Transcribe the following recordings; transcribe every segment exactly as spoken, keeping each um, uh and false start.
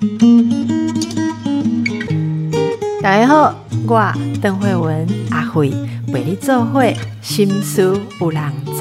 大家好，我邓惠文阿惠陪你做伙心事有人知。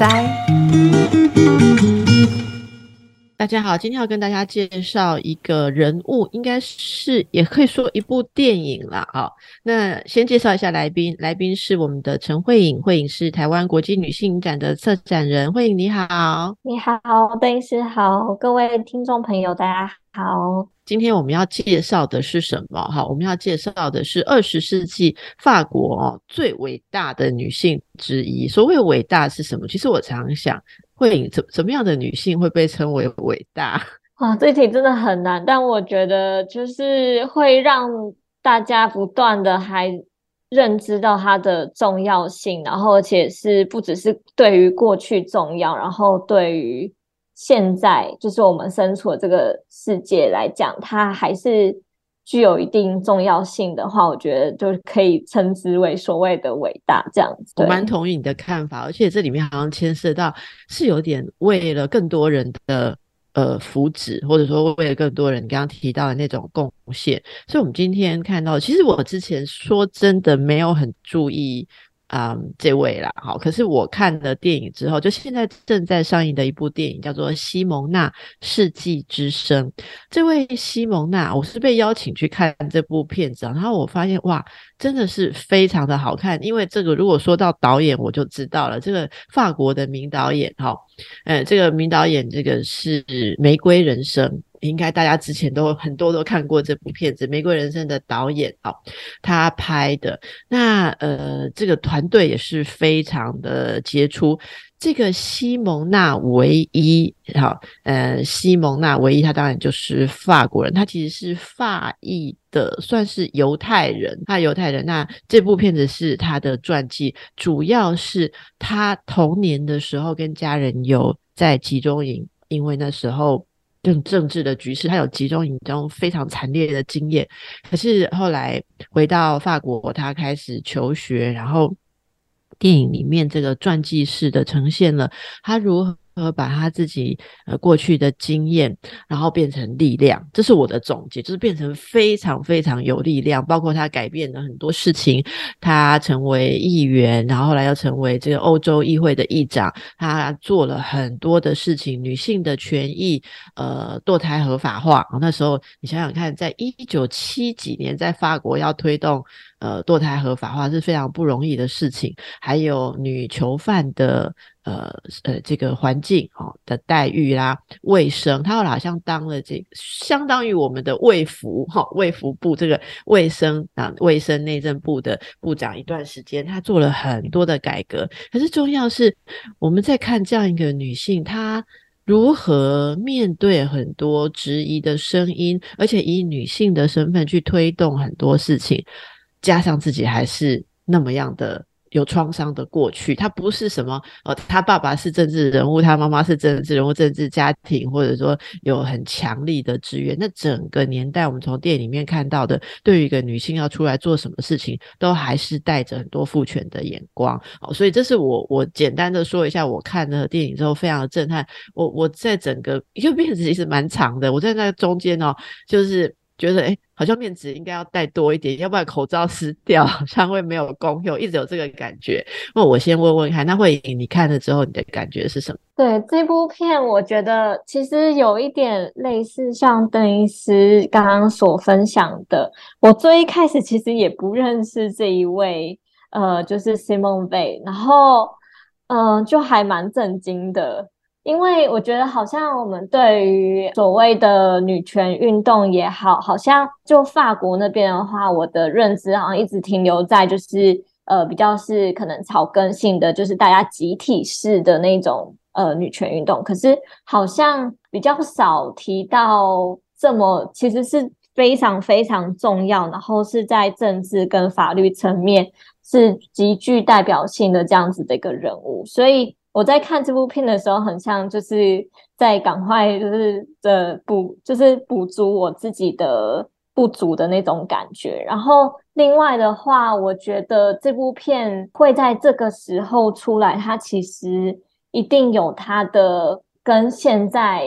大家好，今天要跟大家介绍一个人物，应该是也可以说一部电影啦。好，那先介绍一下来宾，来宾是我们的陈慧颖，慧颖是台湾国际女性影展的策展人。慧颖你好。 你好，邓医师好，各位听众朋友大家好。 今天我们要介绍的是什么？哈，我们要介绍的是二十世纪法国哦最伟大的女性之一。所谓伟大是什么？其实我常想，慧颖怎怎么样的女性会被称为伟大？ 哇，这题真的很难，但我觉得就是会让大家不断的还认知到它的重要性，然后而且是不只是对于过去重要，然后对于现在就是我们身处的这个世界来讲，它还是具有一定重要性的话，我觉得就可以称之为所谓的伟大这样子。 我蛮对。 同意你的看法，而且这里面好像牵涉到是有点为了更多人的呃福祉，或者说为了更多人刚刚提到的那种贡献。所以我们今天看到，其实我之前说真的没有很注意嗯，这位啦，好，可是我看了电影之后，就现在正在上映的一部电影叫做《西蒙娜：世纪之声》。这位西蒙娜，我是被邀请去看这部片子，然后我发现哇，真的是非常的好看。因为这个如果说到导演，我就知道了，这个法国的名导演，哈，呃，这个名导演这个是《玫瑰人生》。应该大家之前都很多都看过这部片子，《玫瑰人生》的导演哦，他拍的。那呃，这个团队也是非常的杰出。这个西蒙娜维伊，好，呃，西蒙娜维伊，他当然就是法国人，他其实是法裔的，算是犹太人，他犹太人。那这部片子是他的传记，主要是他童年的时候跟家人有在集中营，因为那时候更政治的局势，他有集中营中非常惨烈的经验。可是后来回到法国，他开始求学，然后电影里面这个传记式的呈现了他如何把他自己呃过去的经验，然后变成力量。这是我的总结，就是变成非常非常有力量。包括他改变了很多事情，他成为议员，然后后来又成为这个欧洲议会的议长，他做了很多的事情，女性的权益，呃，堕胎合法化。那时候你想想看，在一九七几年，在法国要推动呃堕胎合法化是非常不容易的事情。还有女囚犯的呃呃这个环境哦的待遇啦、卫生，他后来好像当了这个相当于我们的卫福哈、哦、卫福部这个卫生啊卫生内政部的部长一段时间，他做了很多的改革。可是重要是我们在看这样一个女性，她如何面对很多质疑的声音，而且以女性的身份去推动很多事情，加上自己还是那么样的有创伤的过去。他不是什么呃，他爸爸是政治人物，他妈妈是政治人物，政治家庭，或者说有很强力的资源。那整个年代我们从电影里面看到的，对于一个女性要出来做什么事情，都还是带着很多父权的眼光。哦，所以这是我我简单的说一下，我看了电影之后非常的震撼。我我在整个因为片子其实蛮长的，我在那中间哦，就是觉得诶好像面纸应该要带多一点，要不然口罩撕掉好像会没有功用，一直有这个感觉。那我先问问看，那慧颖你看了之后你的感觉是什么？ 对，这部片，我觉得其实有一点类似像邓医师刚刚所分享的。我最一开始其实也不认识这一位，呃，就是 Simone Weil，然后，嗯、呃，就还蛮震惊的，因为我觉得好像我们对于所谓的女权运动也好，好像就法国那边的话，我的认知好像一直停留在就是呃比较是可能草根性的，就是大家集体式的那种。呃，女权运动，可是好像比较少提到这么，其实是非常非常重要，然后是在政治跟法律层面是极具代表性的这样子的一个人物。所以我在看这部片的时候，很像就是在赶快就是的补，就是补足我自己的不足的那种感觉。然后另外的话，我觉得这部片会在这个时候出来，它其实一定有它的跟现在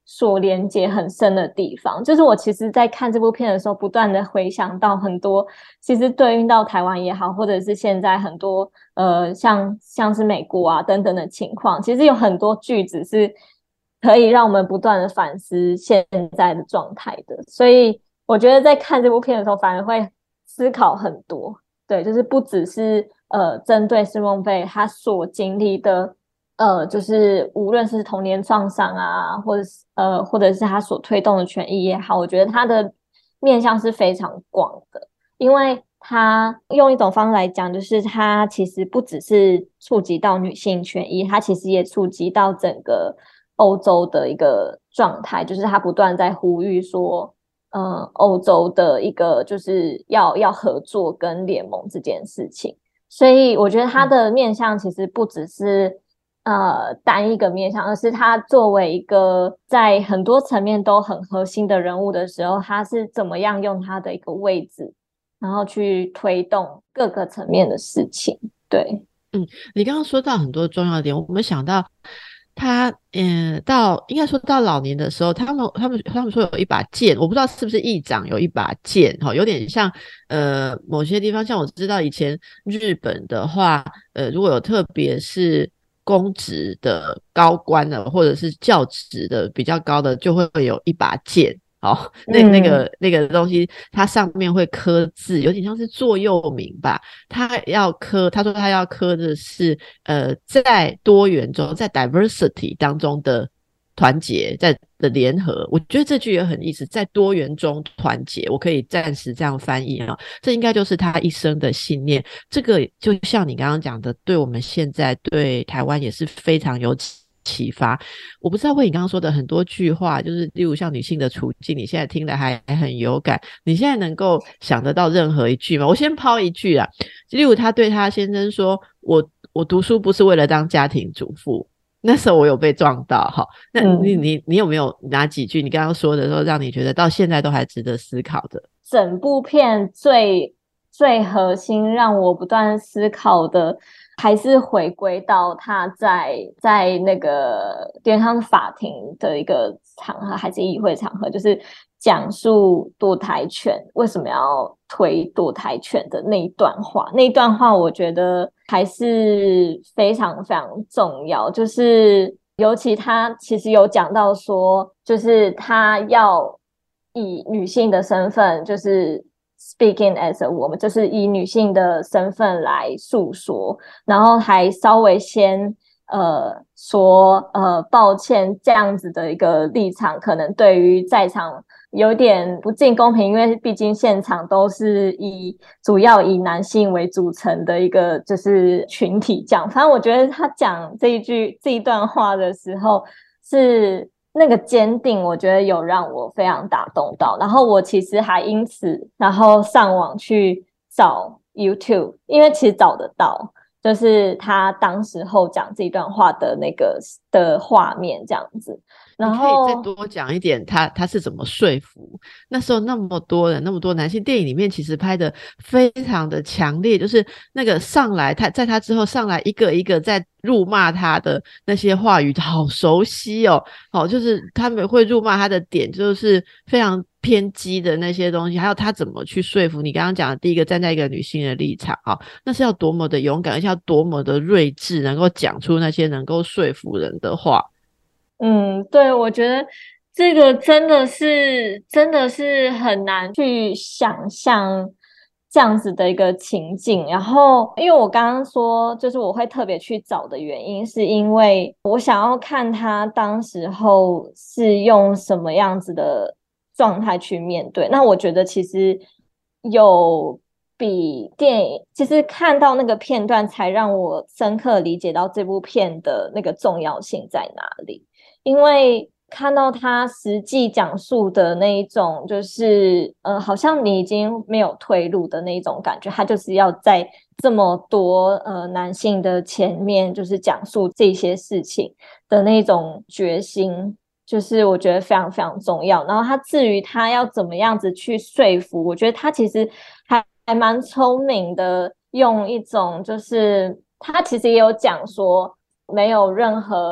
所连接很深的地方。就是我其实在看这部片的时候，不断的回想到很多其实对应到台湾也好，或者是现在很多呃像像是美国啊等等的情况，其实有很多句子是可以让我们不断的反思现在的状态的。所以我觉得在看这部片的时候反而会思考很多，对，就是不只是呃针对施梦菲他所经历的呃就是无论是童年创伤啊，或者是呃或者是他所推动的权益也好，我觉得他的面向是非常广的。因为他用一种方式来讲，就是他其实不只是触及到女性权益，他其实也触及到整个欧洲的一个状态，就是他不断在呼吁说呃，欧洲的一个就是要要合作跟联盟这件事情。所以我觉得他的面向其实不只是呃单一个面向，而是他作为一个在很多层面都很核心的人物的时候，他是怎么样用他的一个位置然后去推动各个层面的事情。对， 嗯，你刚刚说到很多重要的点，我们想到他，嗯，到应该说到老年的时候，他们他们他们说有一把剑，我不知道是不是议长有一把剑，哈，有点像呃某些地方，像我知道以前日本的话，呃，如果有特别是公职的高官的，或者是教职的比较高的，就会有一把剑。好，那那个那个东西，它上面会刻字，有点像是座右铭吧。他要刻，他说他要刻的是，呃，在多元中，在 diversity 当中的团结，在的联合。我觉得这句也很意思，在多元中团结，我可以暂时这样翻译啊。这应该就是他一生的信念。这个就像你刚刚讲的，对我们现在对台湾也是非常有启发。我不知道为你刚刚说的很多句话，就是例如像女性的处境，你现在听了还还很有感，你现在能够想得到任何一句吗？我先抛一句啊，例如他对他先生说，我我读书不是为了当家庭主妇。那时候我有被撞到哈，那你你你有没有哪几句你刚刚说的时候，让你觉得到现在都还值得思考的？ 整部片最最核心让我不断思考的，还是回归到他在在那个有点像是法庭的一个场合，还是议会场合，就是讲述堕胎权为什么要推堕胎权的那一段话。那一段话我觉得还是非常非常重要，就是尤其他其实有讲到说，就是他要以女性的身份，就是 speaking as a woman， 就是以女性的身份来诉说，然后还稍微先呃说呃抱歉，这样子的一个立场可能对于在场有点不尽公平，因为毕竟现场都是以主要以男性为组成的一个就是群体讲。反正我觉得他讲这一句这一段话的时候是那个坚定，我觉得有让我非常打动到。然后我其实还因此然后上网去找 YouTube， 因为其实找得到就是他当时候讲这段话的那个的画面这样子。然后你可以再多讲一点他他是怎么说服那时候那么多人那么多男性，电影里面其实拍的非常的强烈，就是那个上来他在他之后上来一个一个在辱骂他的那些话语好熟悉哦，好，就是他们会辱骂他的点就是非常偏激的那些东西，还有他怎么去说服你刚刚讲的第一个站在一个女性的立场啊，那是要多么的勇敢，而且要多么的睿智，能够讲出那些能够说服人的话。 嗯，对，我觉得这个真的是真的是很难去想象这样子的一个情境。然后，因为我刚刚说，就是我会特别去找的原因，是因为我想要看他当时候是用什么样子的状态去面对。那我觉得其实有比电影，其实看到那个片段，才让我深刻理解到这部片的那个重要性在哪里。因为看到他实际讲述的那一种，就是呃，好像你已经没有退路的那一种感觉，他就是要在这么多呃男性的前面，就是讲述这些事情的那种决心，就是我觉得非常非常重要。然后他至于他要怎么样子去说服，我觉得他其实还还蛮聪明的，用一种就是他其实也有讲说，没有任何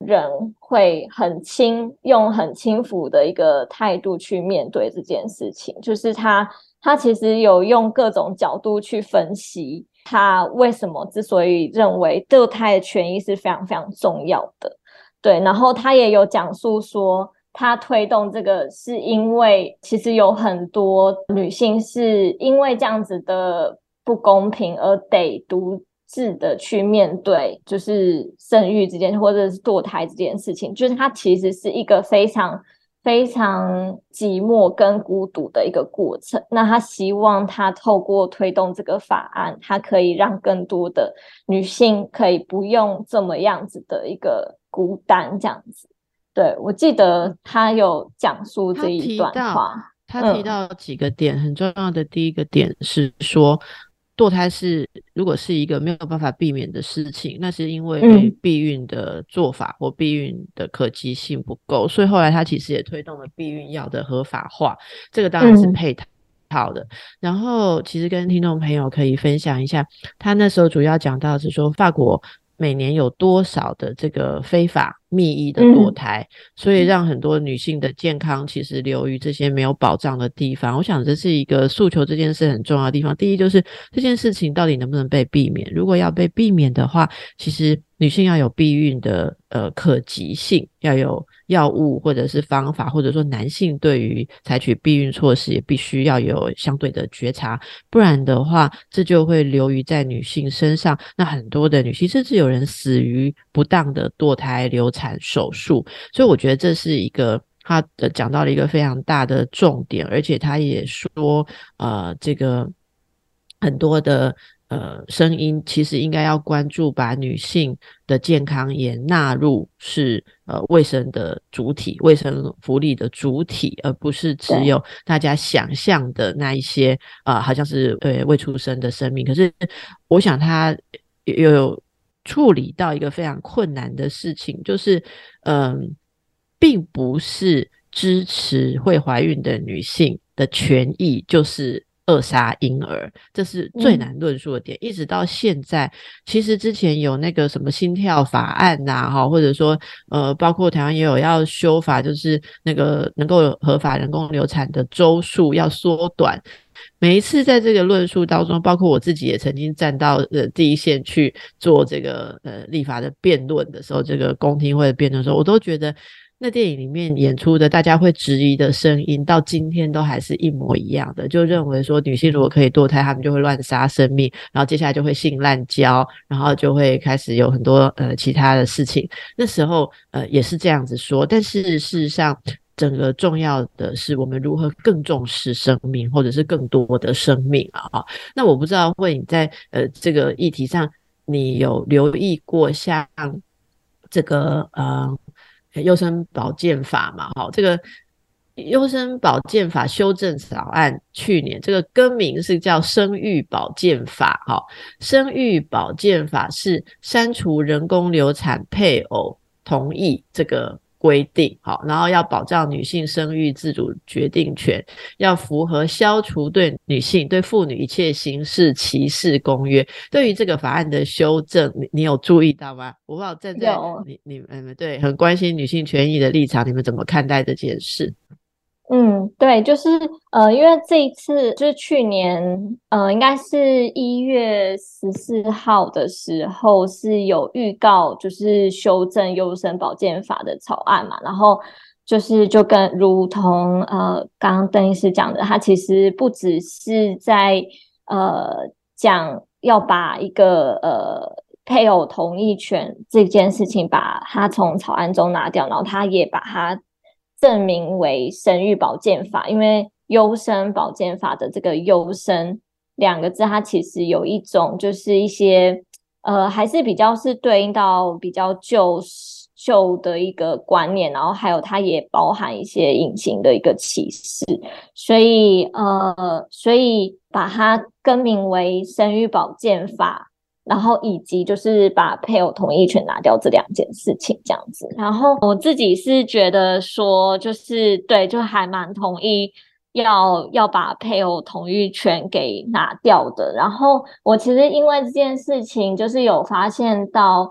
人会很轻用很轻浮的一个态度去面对这件事情，就是他他其实有用各种角度去分析他为什么之所以认为堕胎的权益是非常非常重要的。对，然后他也有讲述说他推动这个是因为其实有很多女性是因为这样子的不公平而得独自的去面对就是生育这件或者是堕胎这件事情，就是它其实是一个非常非常寂寞跟孤独的一个过程。那他希望他透过推动这个法案，他可以让更多的女性可以不用这么样子的一个孤单这样子。对，我记得他有讲述这一段话。 他提到几个点，很重要的第一个点是说，堕胎是如果是一个没有办法避免的事情，那是因为避孕的做法或避孕的可及性不够，所以后来他其实也推动了避孕药的合法化，这个当然是配套的。然后其实跟听众朋友可以分享一下，他那时候主要讲到是说法国每年有多少的这个非法密医的堕胎、嗯、所以让很多女性的健康其实流于这些没有保障的地方。我想这是一个诉求这件事很重要的地方。第一就是这件事情到底能不能被避免，如果要被避免的话，其实女性要有避孕的呃可及性，要有药物或者是方法，或者说男性对于采取避孕措施也必须要有相对的觉察，不然的话这就会流于在女性身上。那很多的女性甚至有人死于不当的堕胎流产手术，所以我觉得这是一个他讲到了一个非常大的重点，而且他也说呃，这个很多的呃声音其实应该要关注把女性的健康也纳入是呃卫生的主体，卫生福利的主体，而不是只有大家想象的那一些呃好像是呃未出生的生命。可是我想他有处理到一个非常困难的事情，就是嗯、呃，并不是支持会怀孕的女性的权益就是扼杀婴儿，这是最难论述的点、嗯、一直到现在其实之前有那个什么心跳法案啊，或者说呃，包括台湾也有要修法，就是那个能够合法人工流产的周数要缩短。每一次在这个论述当中，包括我自己也曾经站到呃第一线去做这个呃立法的辩论的时候，这个公听会的辩论的时候，我都觉得那电影里面演出的大家会质疑的声音到今天都还是一模一样的，就认为说女性如果可以堕胎，她们就会乱杀生命，然后接下来就会性滥交，然后就会开始有很多呃其他的事情。那时候呃也是这样子说，但是事实上整个重要的是我们如何更重视生命，或者是更多的生命啊。那我不知道慧你在呃这个议题上你有留意过像这个呃优生保健法嘛？好，这个优生保健法修正草案去年这个更名是叫生育保健法。好，生育保健法是删除人工流产配偶同意这个规定，好，然后要保障女性生育自主决定权，要符合消除对女性对妇女一切形式歧视公约。对于这个法案的修正 你, 你有注意到吗？我不知道站在你你们对很关心女性权益的立场，你们怎么看待这件事？ 嗯，对，就是呃，因为这一次就是去年呃，应该是一月十四号的时候是有预告，就是修正优生保健法的草案嘛，然后就是就跟如同呃刚刚邓医师讲的，他其实不只是在呃讲要把一个呃配偶同意权这件事情把它从草案中拿掉，然后他也把它证明为生育保健法，因为优生保健法的这个优生两个字，它其实有一种就是一些呃，还是比较是对应到比较旧旧的一个观念，然后还有它也包含一些隐形的一个歧视，所以呃，所以把它更名为生育保健法。然后以及就是把配偶同意权拿掉这两件事情这样子。然后我自己是觉得说就是对，就还蛮同意要要把配偶同意权给拿掉的。然后我其实因为这件事情就是有发现到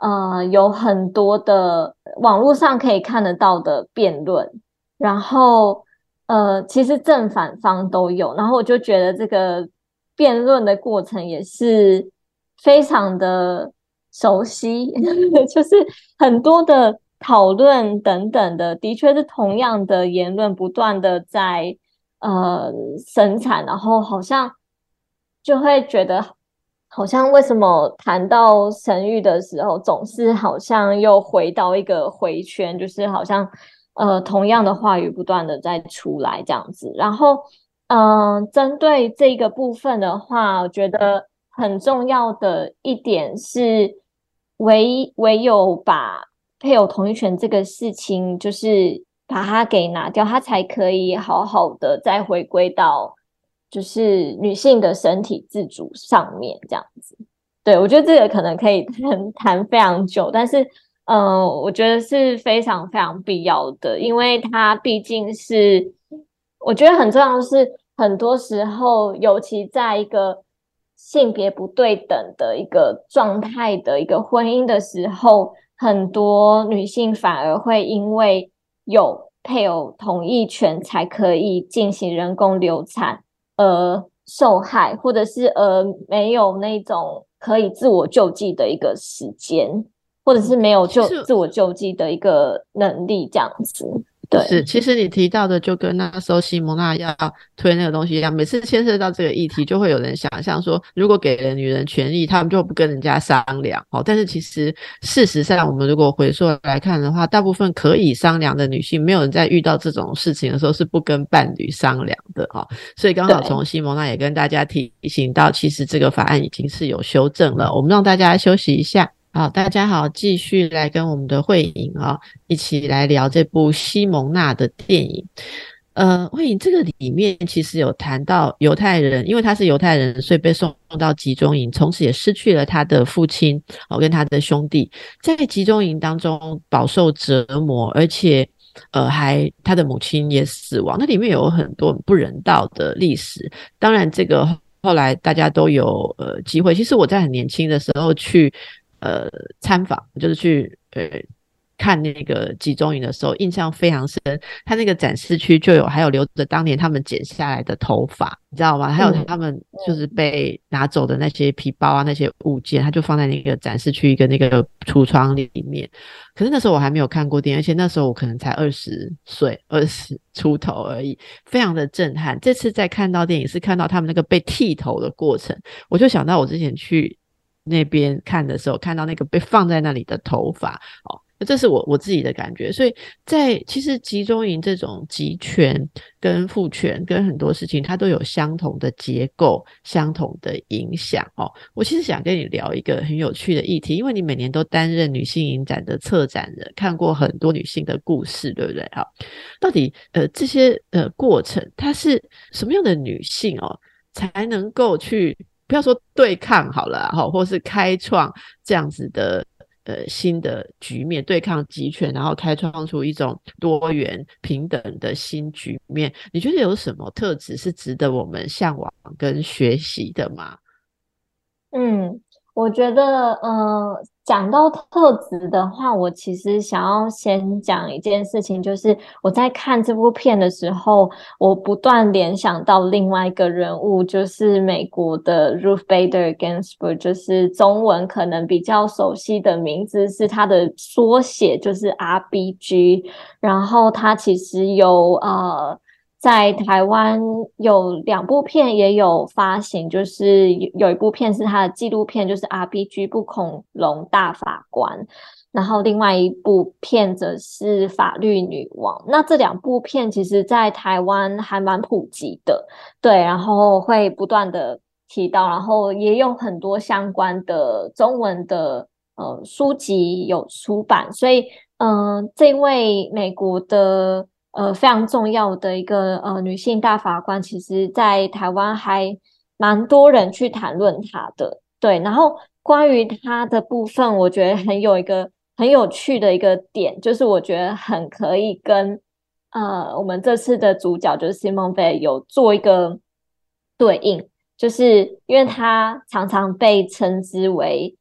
呃有很多的网络上可以看得到的辩论，然后呃其实正反方都有，然后我就觉得这个辩论的过程也是非常的熟悉，就是很多的讨论等等的，的确是同样的言论不断的在呃生产，然后好像就会觉得，好像为什么谈到神谕的时候，总是好像又回到一个回圈，就是好像呃同样的话语不断的在出来这样子。然后，嗯、呃，针对这个部分的话，我觉得很重要的一点是唯唯有把配偶同意权这个事情，就是把它给拿掉，它才可以好好的再回归到就是女性的身体自主上面这样子。对，我觉得这个可能可以谈谈非常久，但是呃，我觉得是非常非常必要的，因为它毕竟是我觉得很重要的是，很多时候，尤其在一个性别不对等的一个状态的一个婚姻的时候，很多女性反而会因为有配偶同意权才可以进行人工流产而受害，或者是呃没有那种可以自我救济的一个时间，或者是没有其实救自我救济的一个能力，这样子。对， 是，其实你提到的就跟那时候西蒙娜要推那个东西一样，每次牵涉到这个议题，就会有人想象说，如果给了女人权利，他们就不跟人家商量。哦，但是其实事实上，我们如果回溯来看的话，大部分可以商量的女性，没有人在遇到这种事情的时候是不跟伴侣商量的。哦，所以刚好从西蒙娜也跟大家提醒到，其实这个法案已经是有修正了。我们让大家休息一下。好，大家好，继续来跟我们的慧颖啊，一起来聊这部西蒙娜的电影。呃，慧颖这个里面其实有谈到犹太人，因为他是犹太人，所以被送到集中营，从此也失去了他的父亲哦，跟他的兄弟，在集中营当中饱受折磨，而且呃，还他的母亲也死亡。那里面有很多不人道的历史，当然这个后来大家都有呃机会。其实我在很年轻的时候去。呃，参访就是去呃看那个集中营的时候，印象非常深。他那个展示区就有，还有留着当年他们剪下来的头发，你知道吗？还有他们就是被拿走的那些皮包啊，那些物件，他就放在那个展示区一个那个橱窗里面。可是那时候我还没有看过电影，而且那时候我可能才二十岁，二十出头而已，非常的震撼。这次在看到电影是看到他们那个被剃头的过程，我就想到我之前去那边看的时候，看到那个被放在那里的头发哦，这是我我自己的感觉。所以在其实集中营这种集权跟父权跟很多事情，它都有相同的结构、相同的影响哦。我其实想跟你聊一个很有趣的议题，因为你每年都担任女性影展的策展人，看过很多女性的故事，对不对？好，到底呃这些呃过程，它是什么样的女性哦，才能够去？不要说对抗好了齁，或是开创这样子的呃新的局面，对抗集权，然后开创出一种多元平等的新局面。你觉得有什么特质是值得我们向往跟学习的吗？ 嗯，我觉得，呃，讲到特质的话，我其实想要先讲一件事情，就是我在看这部片的时候，我不断联想到另外一个人物，就是美国的 Ruth Bader Ginsburg，就是中文可能比较熟悉的名字是它的缩写，就是 R B G，然后它其实有呃。在台湾有两部片也有发行，就是有一部片是他的纪录片，就是 R B G 不恐龙大法官，然后另外一部片则是法律女王。那这两部片其实在台湾还蛮普及的，对，然后会不断的提到，然后也有很多相关的中文的呃书籍有出版，所以嗯、呃，这位美国的。呃，非常重要的一个呃女性大法官，其实在台湾还蛮多人去谈论她的。对，然后关于她的部分，我觉得很有一个很有趣的一个点，就是我觉得很可以跟呃我们这次的主角就是 Simone Weil 有做一个对应，就是因为她常常被称之为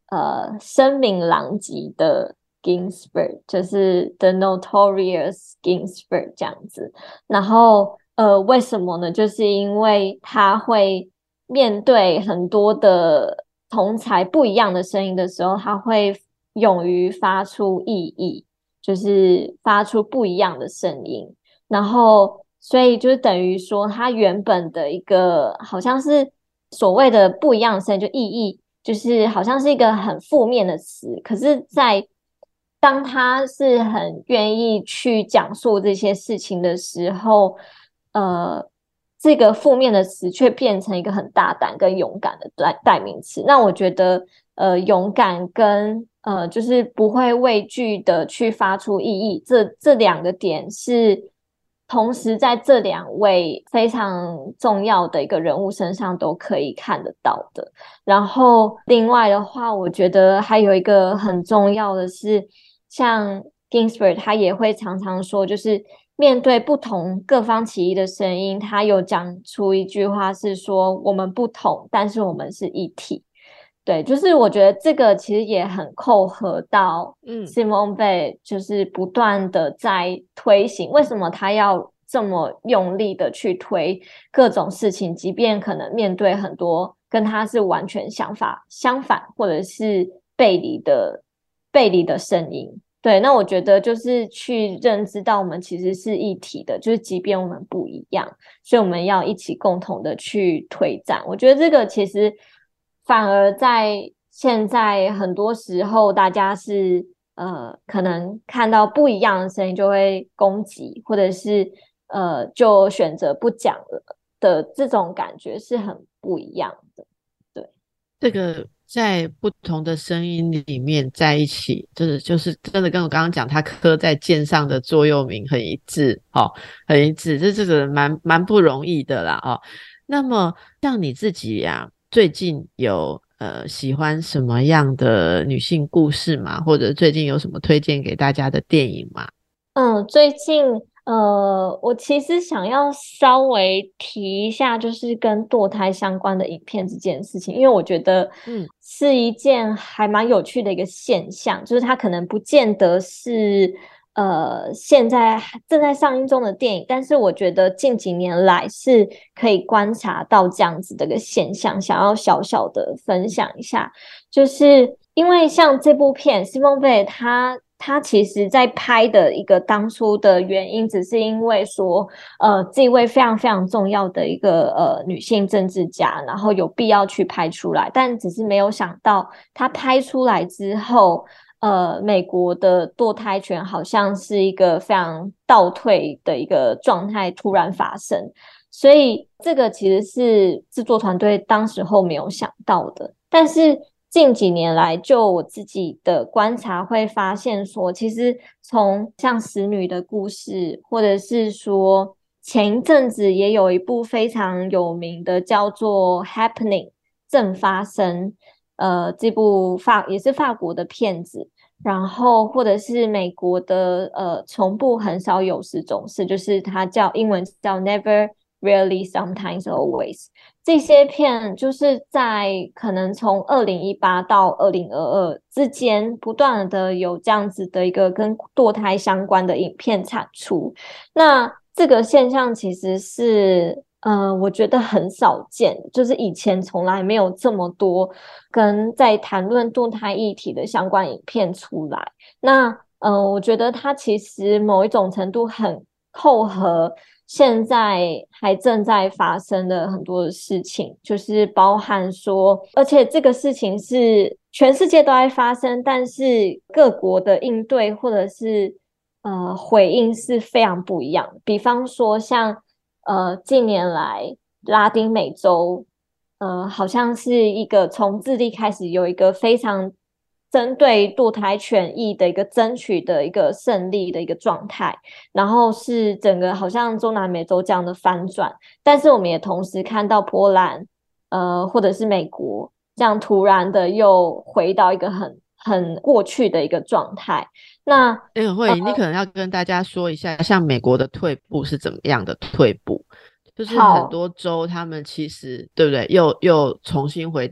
呃声名狼藉的 Ginsburg， 就是 The Notorious Ginsburg 这样子。然后呃，为什么呢？就是因为他会面对很多的同才不一样的声音的时候，他会勇于发出异议，就是发出不一样的声音。然后所以就是等于说他原本的一个好像是所谓的不一样的声音，就异议，就是好像是一个很负面的词，可是在当他是很愿意去讲述这些事情的时候，呃，这个负面的词却变成一个很大胆跟勇敢的代代名词。那我觉得，呃，勇敢跟呃，就是不会畏惧的去发出异议，这这两个点是同时在这两位非常重要的一个人物身上都可以看得到的。然后另外的话，我觉得还有一个很重要的是，像 Ginsburg 他也会常常说，就是面对不同各方起义的声音，他有讲出一句话是说，我们不同，但是我们是一体。对，就是我觉得这个其实也很扣合到 Simone Weil 就是不断的在推行，为什么他要这么用力的去推各种事情，即便可能面对很多跟他是完全想法相反或者是背离的背离的声音。对，那我觉得就是去认知到我们其实是一体的，就是即便我们不一样，所以我们要一起共同的去推展。我觉得这个其实反而在现在很多时候大家是呃可能看到不一样的声音就会攻击，或者是呃就选择不讲了的这种感觉是很不一样的。对， 这个在不同的声音里面在一起，就是就是真的跟我刚刚讲他刻在剑上的座右铭很一致哦，很一致，这这个蛮蛮不容易的啦哦。那么像你自己呀、啊，最近有呃喜欢什么样的女性故事吗？或者最近有什么推荐给大家的电影吗？ 嗯，最近呃，我其实想要稍微提一下，就是跟堕胎相关的影片这件事情，因为我觉得嗯是一件还蛮有趣的一个现象，就是它可能不见得是呃现在正在上映中的电影，但是我觉得近几年来是可以观察到这样子的一个现象，想要小小的分享一下，就是因为像这部片，Simone Weil 他他其实在拍的一个当初的原因，只是因为说，呃，这位非常非常重要的一个呃女性政治家，然后有必要去拍出来，但只是没有想到，她拍出来之后，呃，美国的堕胎权好像是一个非常倒退的一个状态突然发生，所以这个其实是制作团队当时候没有想到的，但是近几年来，就我自己的观察会发现说，其实从像使女的故事，或者是说前一阵子也有一部非常有名的叫做《Happening》正发生，呃，这部法也是法国的片子，然后或者是美国的呃从不很少有时总是，就是它叫英文叫 Never Really Sometimes Always。这些片就是在可能从二零一八到二零二二之间不断的有这样子的一个跟堕胎相关的影片产出，那这个现象其实是呃我觉得很少见，就是以前从来没有这么多跟在谈论堕胎议题的相关影片出来，那呃我觉得它其实某一种程度很扣合现在还正在发生的很多的事情，就是包含说，而且这个事情是全世界都在发生，但是各国的应对或者是呃回应是非常不一样。比方说像呃近年来拉丁美洲，呃好像是一个从智利开始有一个非常针对堕胎权益的一个争取的一个胜利的一个状态，然后是整个好像中南美洲这样的翻转，但是我们也同时看到波兰，呃，或者是美国这样突然的又回到一个很很过去的一个状态。那那个会，你可能要跟大家说一下，像美国的退步是怎么样的退步，就是很好， 多州他们其实对不对，又又重新回到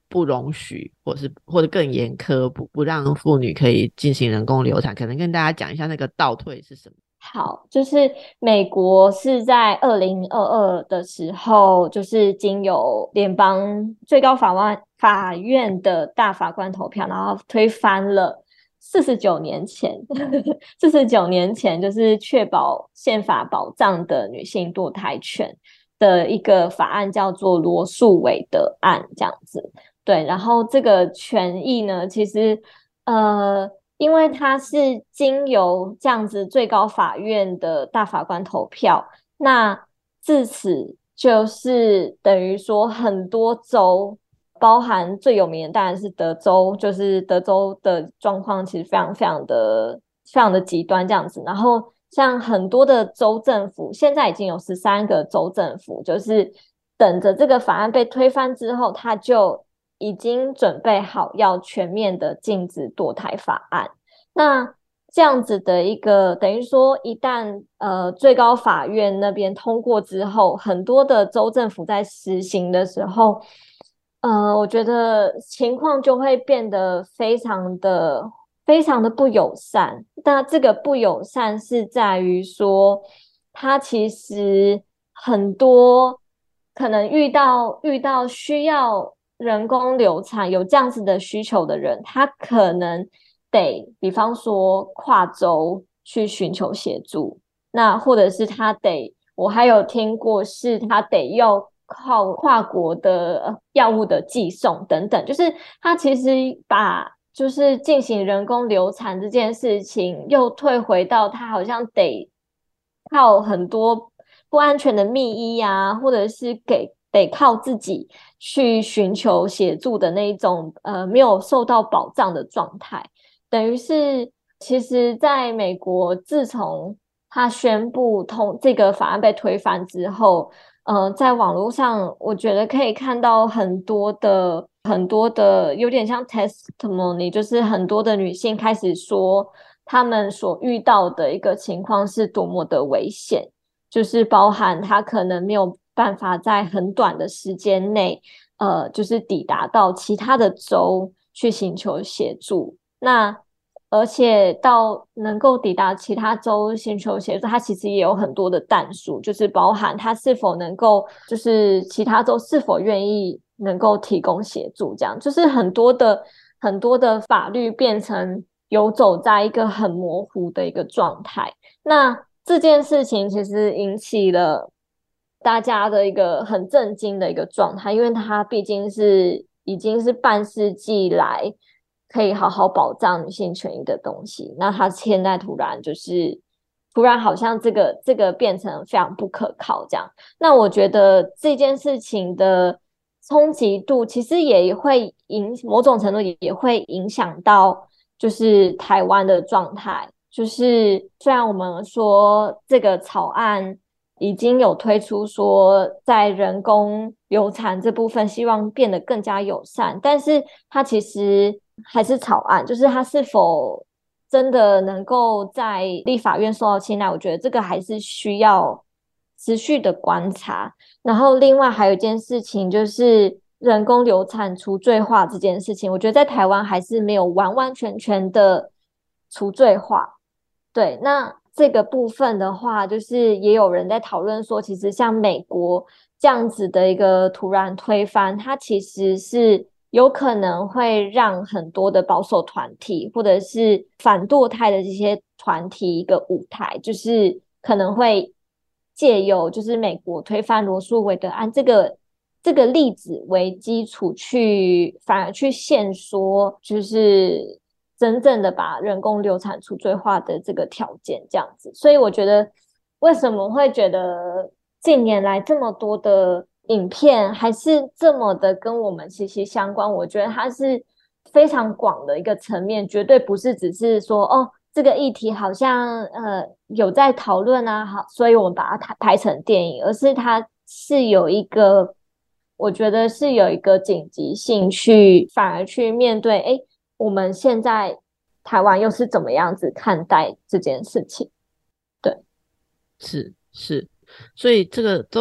不容许，或是或者更严苛，不不让妇女可以进行人工流产，可能跟大家讲一下那个倒退是什么。 好，就是美国是在二零二二的时候，就是经由联邦最高法官法院的大法官投票，然后推翻了四十九年前，四十九年前就是确保宪法保障的女性堕胎权的一个法案，叫做罗诉韦德案，这样子。对，然后这个权益呢，其实呃。因为它是经由这样子最高法院的大法官投票，那自此就是等于说很多州，包含最有名的当然是德州，就是德州的状况其实非常非常的非常的极端这样子。然后像很多的州政府，现在已经有十三个州政府，就是等着这个法案被推翻之后，他就已经准备好要全面的禁止堕胎法案。那这样子的一个等于说一旦呃最高法院那边通过之后，很多的州政府在实行的时候，呃我觉得情况就会变得非常的非常的不友善。那这个不友善是在于说它其实很多可能遇到遇到需要人工流产有这样子的需求的人，他可能得比方说跨州去寻求协助，那或者是他得我还有听过是他得要靠跨国的药物的寄送等等，就是他其实把就是进行人工流产这件事情又退回到他好像得靠很多不安全的密医啊，或者是给得靠自己去寻求协助的那一种呃没有受到保障的状态。等于是其实在美国自从他宣布通这个法案被推翻之后，呃，在网络上我觉得可以看到很多的很多的有点像 testimony， 就是很多的女性开始说她们所遇到的一个情况是多么的危险，就是包含她可能没有办法在很短的时间内呃，就是抵达到其他的州去寻求协助。那而且到能够抵达其他州寻求协助，它其实也有很多的但书，就是包含它是否能够，就是其他州是否愿意能够提供协助，这样就是很多的很多的法律变成游走在一个很模糊的一个状态。那这件事情其实引起了大家的一个很震惊的一个状态，因为它毕竟是已经是半世纪来可以好好保障女性权益的东西，那它现在突然就是突然好像这个这个变成非常不可靠这样。那我觉得这件事情的冲击度其实也会影某种程度也会影响到就是台湾的状态。就是虽然我们说这个草案已经有推出说在人工流产这部分希望变得更加友善，但是它其实还是草案，就是它是否真的能够在立法院受到青睐，我觉得这个还是需要持续的观察。然后另外还有一件事情就是人工流产除罪化这件事情，我觉得在台湾还是没有完完全全的除罪化。对，那这个部分的话，就是也有人在讨论说，其实像美国这样子的一个突然推翻，它其实是有可能会让很多的保守团体或者是反堕胎的这些团体一个舞台，就是可能会借由就是美国推翻罗诉韦德案这个这个例子为基础去，反而去限缩，就是真正的把人工流产除罪化的这个条件这样子。所以我觉得为什么会觉得近年来这么多的影片还是这么的跟我们息息相关，我觉得它是非常广的一个层面，绝对不是只是说哦这个议题好像呃有在讨论啊，好，所以我们把它拍成电影，而是它是有一个我觉得是有一个紧急性去反而去面对，哎，我们现在台湾又是怎么样子看待这件事情？对， 是是，所以这个都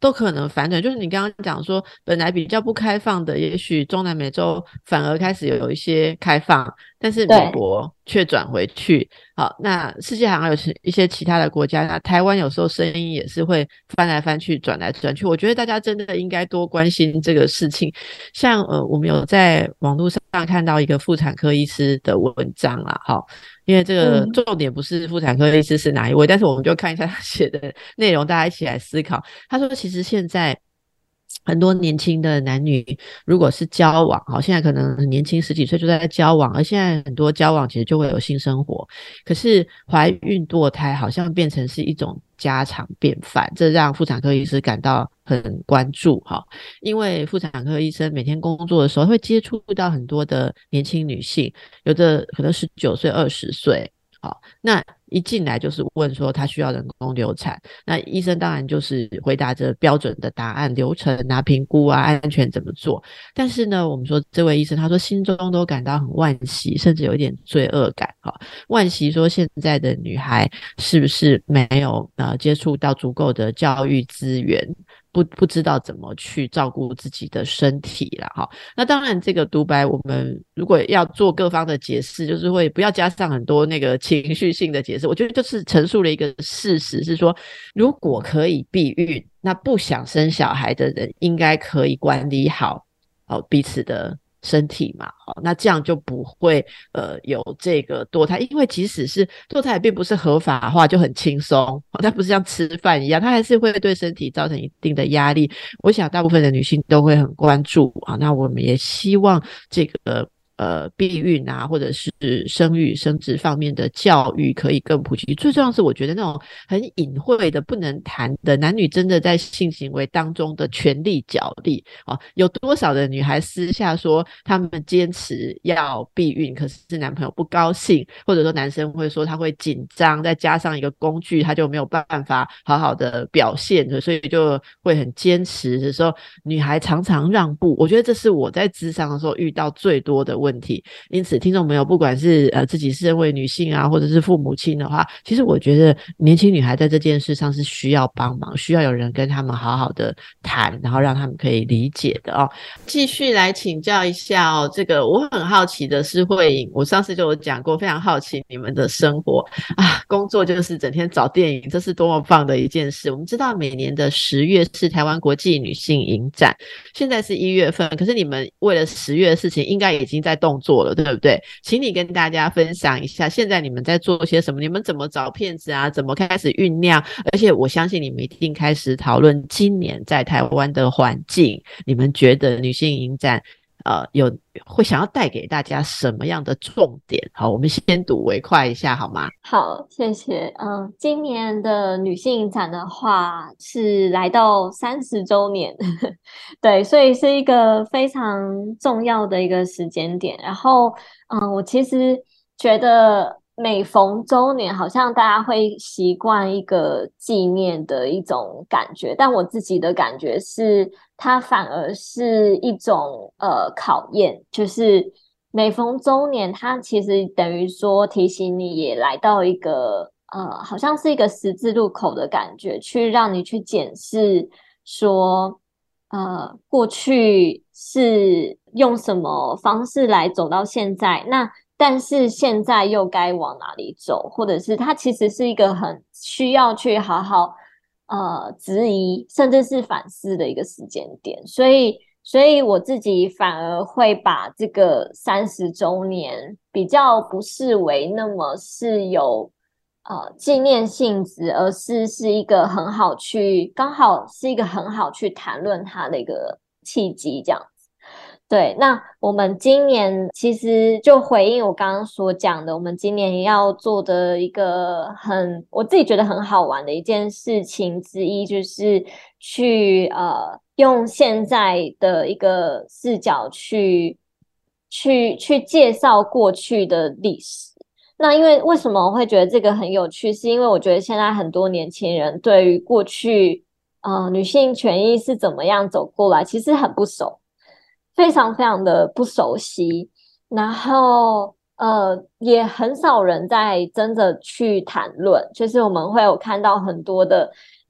都可能反转。就是你刚刚讲说本来比较不开放的，也许中南美洲反而开始有一些开放，但是美国却转回去。好，那世界还有一些其他的国家，那台湾有时候声音也是会翻来翻去转来转去。我觉得大家真的应该多关心这个事情。像呃，我们有在网络上看到一个妇产科医师的文章啦，好，因为这个重点不是妇产科医师是哪一位，嗯，但是我们就看一下他写的内容，大家一起来思考。他说其实现在很多年轻的男女如果是交往，好，现在可能很年轻十几岁就在交往，而现在很多交往其实就会有性生活，可是怀孕堕胎好像变成是一种家常便饭，这让妇产科医师感到很关注哈。因为妇产科医生每天工作的时候会接触到很多的年轻女性，有的可能十九岁二十岁，好，那一进来就是问说他需要人工流产，那医生当然就是回答着标准的答案，流程啊、评估啊、安全怎么做。但是呢，我们说这位医生他说心中都感到很惋惜，甚至有一点罪恶感哈。惋惜说现在的女孩是不是没有呃接触到足够的教育资源，不不知道怎么去照顾自己的身体啦哈。那当然这个独白我们如果要做各方的解释，就是会不要加上很多那个情绪性的解释，我觉得就是陈述了一个事实，是说如果可以避孕，那不想生小孩的人应该可以管理好好彼此的身体嘛，好，那这样就不会呃有这个堕胎。因为即使是堕胎并不是合法化就很轻松，它不是像吃饭一样，它还是会对身体造成一定的压力。我想大部分的女性都会很关注啊，那我们也希望这个呃避孕啊，或者是生育生殖方面的教育可以更普及。最重要的是我觉得那种很隐晦的不能谈的男女真的在性行为当中的权力角力啊，有多少的女孩私下说他们坚持要避孕，可是男朋友不高兴，或者说男生会说他会紧张，再加上一个工具他就没有办法好好的表现，所以就会很坚持的时候，女孩常常让步。我觉得这是我在咨商的时候遇到最多的问题。因此听众朋友不管是呃自己是身为女性啊，或者是父母亲的话，其实我觉得年轻女孩在这件事上是需要帮忙，需要有人跟他们好好的谈，然后让他们可以理解的哦。继续来请教一下哦，这个我很好奇的是慧颖，我上次就有讲过，非常好奇你们的生活啊，工作就是整天找电影，这是多么棒的一件事。我们知道每年的十月是台湾国际女性影展，现在是一月份，可是你们为了十月的事情应该已经在动作了，对不对？请你跟大家分享一下现在你们在做些什么，你们怎么找片子啊，怎么开始酝酿，而且我相信你们一定开始讨论今年在台湾的环境，你们觉得女性影展呃，有会想要带给大家什么样的重点？好，我们先睹为快一下好吗？ 好，谢谢。嗯，今年的女性影展的话是来到三十周年，对，所以是一个非常重要的一个时间点。然后，嗯，我其实觉得每逢周年，好像大家会习惯一个纪念的一种感觉，但我自己的感觉是，它反而是一种呃考验，就是每逢周年，它其实等于说提醒你也来到一个呃，好像是一个十字路口的感觉，去让你去检视说，呃，过去是用什么方式来走到现在，那但是现在又该往哪里走，或者是它其实是一个很需要去好好呃质疑，甚至是反思的一个时间点，所以。所以我自己反而会把这个三十周年比较不视为那么是有呃纪念性质，而是是一个很好去刚好是一个很好去谈论它的一个契机，这样子。对，那我们今年其实就回应我刚刚所讲的，我们今年要做的一个很我自己觉得很好玩的一件事情之一，就是去呃用现在的一个视角去去去介绍过去的历史。那因为为什么我会觉得这个很有趣，是因为我觉得现在很多年轻人对于过去呃女性权益是怎么样走过来，其实很不熟。非常非常的不熟悉，然后呃也很少人在真的去谈论，就是我们会有看到很多的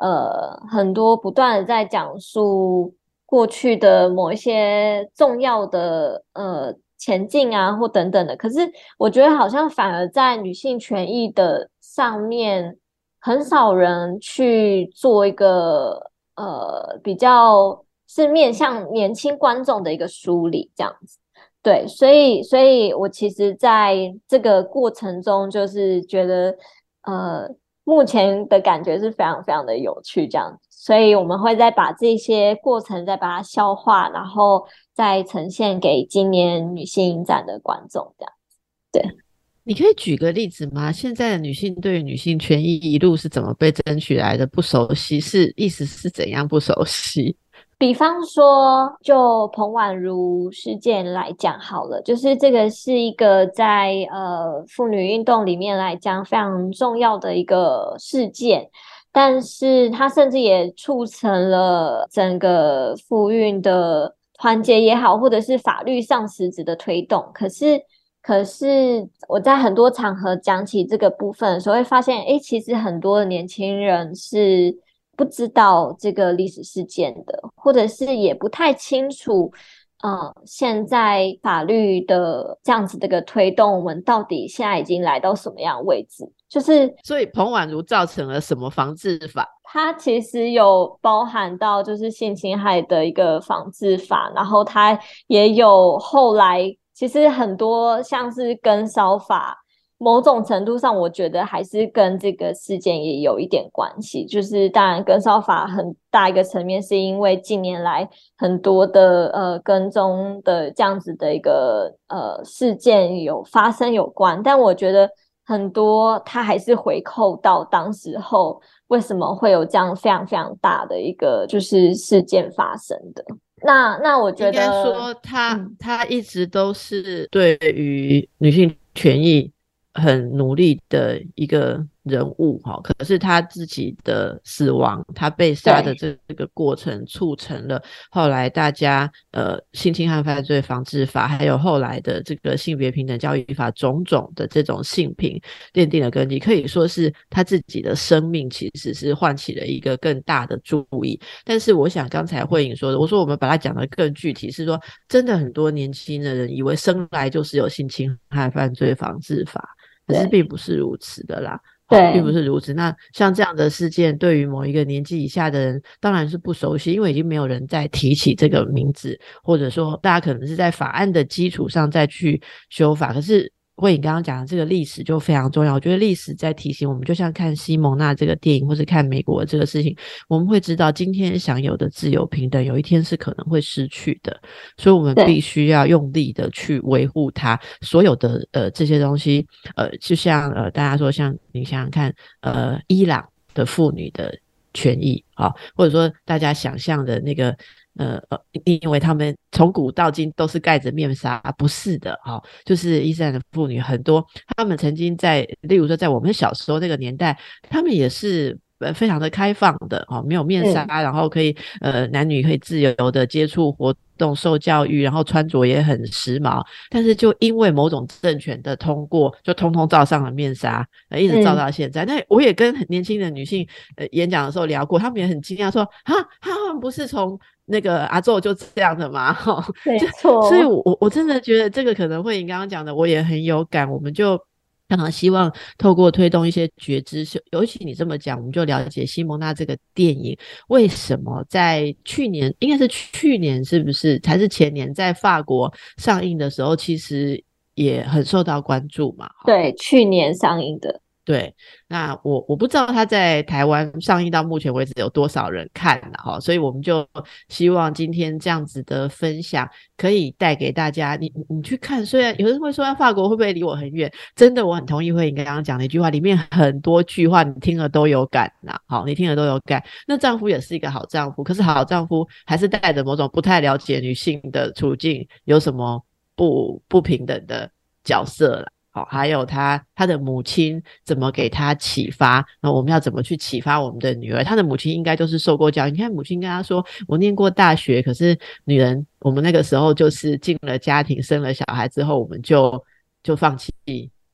呃很多不断的在讲述过去的某一些重要的呃前进啊或等等的，可是我觉得好像反而在女性权益的上面，很少人去做一个呃比较是面向年轻观众的一个梳理，这样子。对，所以，所以我其实在这个过程中，就是觉得，呃，目前的感觉是非常非常的有趣，这样子。所以我们会再把这些过程再把它消化，然后再呈现给今年女性影展的观众，这样。对， 你可以举个例子吗？现在的女性对于女性权益一路是怎么被争取来的？不熟悉是意思是怎样不熟悉？ 比方说，就彭婉如事件来讲好了，就是这个是一个在呃妇女运动里面来讲非常重要的一个事件，但是它甚至也促成了整个妇运的团结也好，或者是法律上实质的推动。可是，可是我在很多场合讲起这个部分的时候，会发现，诶，其实很多的年轻人是不知道这个历史事件的，或者是也不太清楚，呃，现在法律的这样子的一个推动，我们到底现在已经来到什么样的位置？就是所以彭婉如造成了什么防治法？ 它其实有包含到就是性侵害的一个防治法，然后它也有后来其实很多像是跟骚法。某种程度上，我觉得还是跟这个事件也有一点关系。就是当然，跟骚法很大一个层面，是因为近年来很多的呃跟踪的这样子的一个呃事件有发生有关。但我觉得很多它还是回扣到当时候为什么会有这样非常非常大的一个就是事件发生的。那那我觉应该得， 说他， 嗯， 他一直都是对于女性权益很努力的一个人物哈，可是他自己的死亡，他被杀的对。 这个过程，促成了后来大家呃性侵害犯罪防治法，还有后来的这个性别平等教育法种种的这种性平奠定了根基，可以说是他自己的生命其实是唤起了一个更大的注意。但是我想刚才慧颖说的，我说我们把它讲得更具体，是说真的很多年轻的人以为生来就是有性侵害犯罪防治法，可是并不是如此的啦。好，并不对， 是如此。那像这样的事件，对于某一个年纪以下的人，当然是不熟悉，因为已经没有人再提起这个名字，或者说大家可能是在法案的基础上再去修法。可是慧颖刚刚讲的这个历史就非常重要，我觉得历史在提醒我们，就像看西蒙娜这个电影，或是看美国的这个事情，我们会知道今天享有的自由平等，有一天是可能会失去的，所以我们必须要用力的去维护它。所有的呃这些东西，呃，就像呃大家说，像你想想看，呃，伊朗的妇女的权益啊，或者说大家想象的那个。呃呃，因为他们从古到今都是盖着面纱，不是的哈、哦，就是伊斯兰的妇女很多，他们曾经在，例如说在我们小时候那个年代，他们也是呃非常的开放的哦，没有面纱， 嗯， 然后可以呃男女可以自由的接触活动、受教育，然后穿着也很时髦，但是就因为某种政权的通过，就通通罩上了面纱，呃，一直罩到现在。嗯、那我也跟很年轻的女性呃演讲的时候聊过，他们也很惊讶说，哈，他们不是从那个阿宙就这样的嘛， 没就所以错。 我我真的觉得这个可能会你刚刚讲的我也很有感，我们就常常希望透过推动一些觉知，尤其你这么讲，我们就了解西蒙娜这个电影为什么在去年，应该是去年是不是才是前年在法国上映的时候，其实也很受到关注嘛。 对，去年上映的。 对，那我我不知道他在台湾上映到目前为止有多少人看了哈，所以我们就希望今天这样子的分享可以带给大家，你你去看，虽然有人会说法国会不会离我很远，真的我很同意慧颖刚刚讲的一句话，里面很多句话你听了都有感呐，好，你听了都有感。那丈夫也是一个好丈夫，可是好丈夫还是带着某种不太了解女性的处境，有什么不不平等的角色啦。好，还有他他的母亲怎么给他启发，那我们要怎么去启发我们的女儿？他的母亲应该就是受过教育，你看母亲跟他说，我念过大学，可是女人我们那个时候就是进了家庭生了小孩之后，我们就就放弃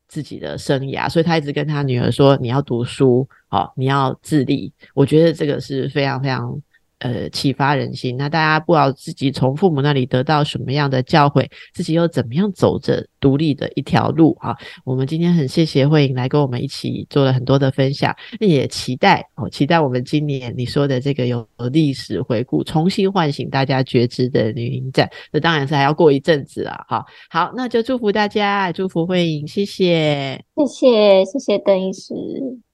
自己的生涯，所以他一直跟他女儿说你要读书，哦，你要自立。我觉得这个是非常非常呃启发人心。那大家不知道自己从父母那里得到什么样的教诲，自己又怎么样走着独立的一条路啊。我们今天很谢谢慧颖来跟我们一起做了很多的分享，也期待哦，期待我们今年你说的这个有历史回顾，重新唤醒大家觉知的女影展，这当然是还要过一阵子啦。好，好，那就祝福大家，祝福慧颖，谢谢。 谢谢谢谢邓医师。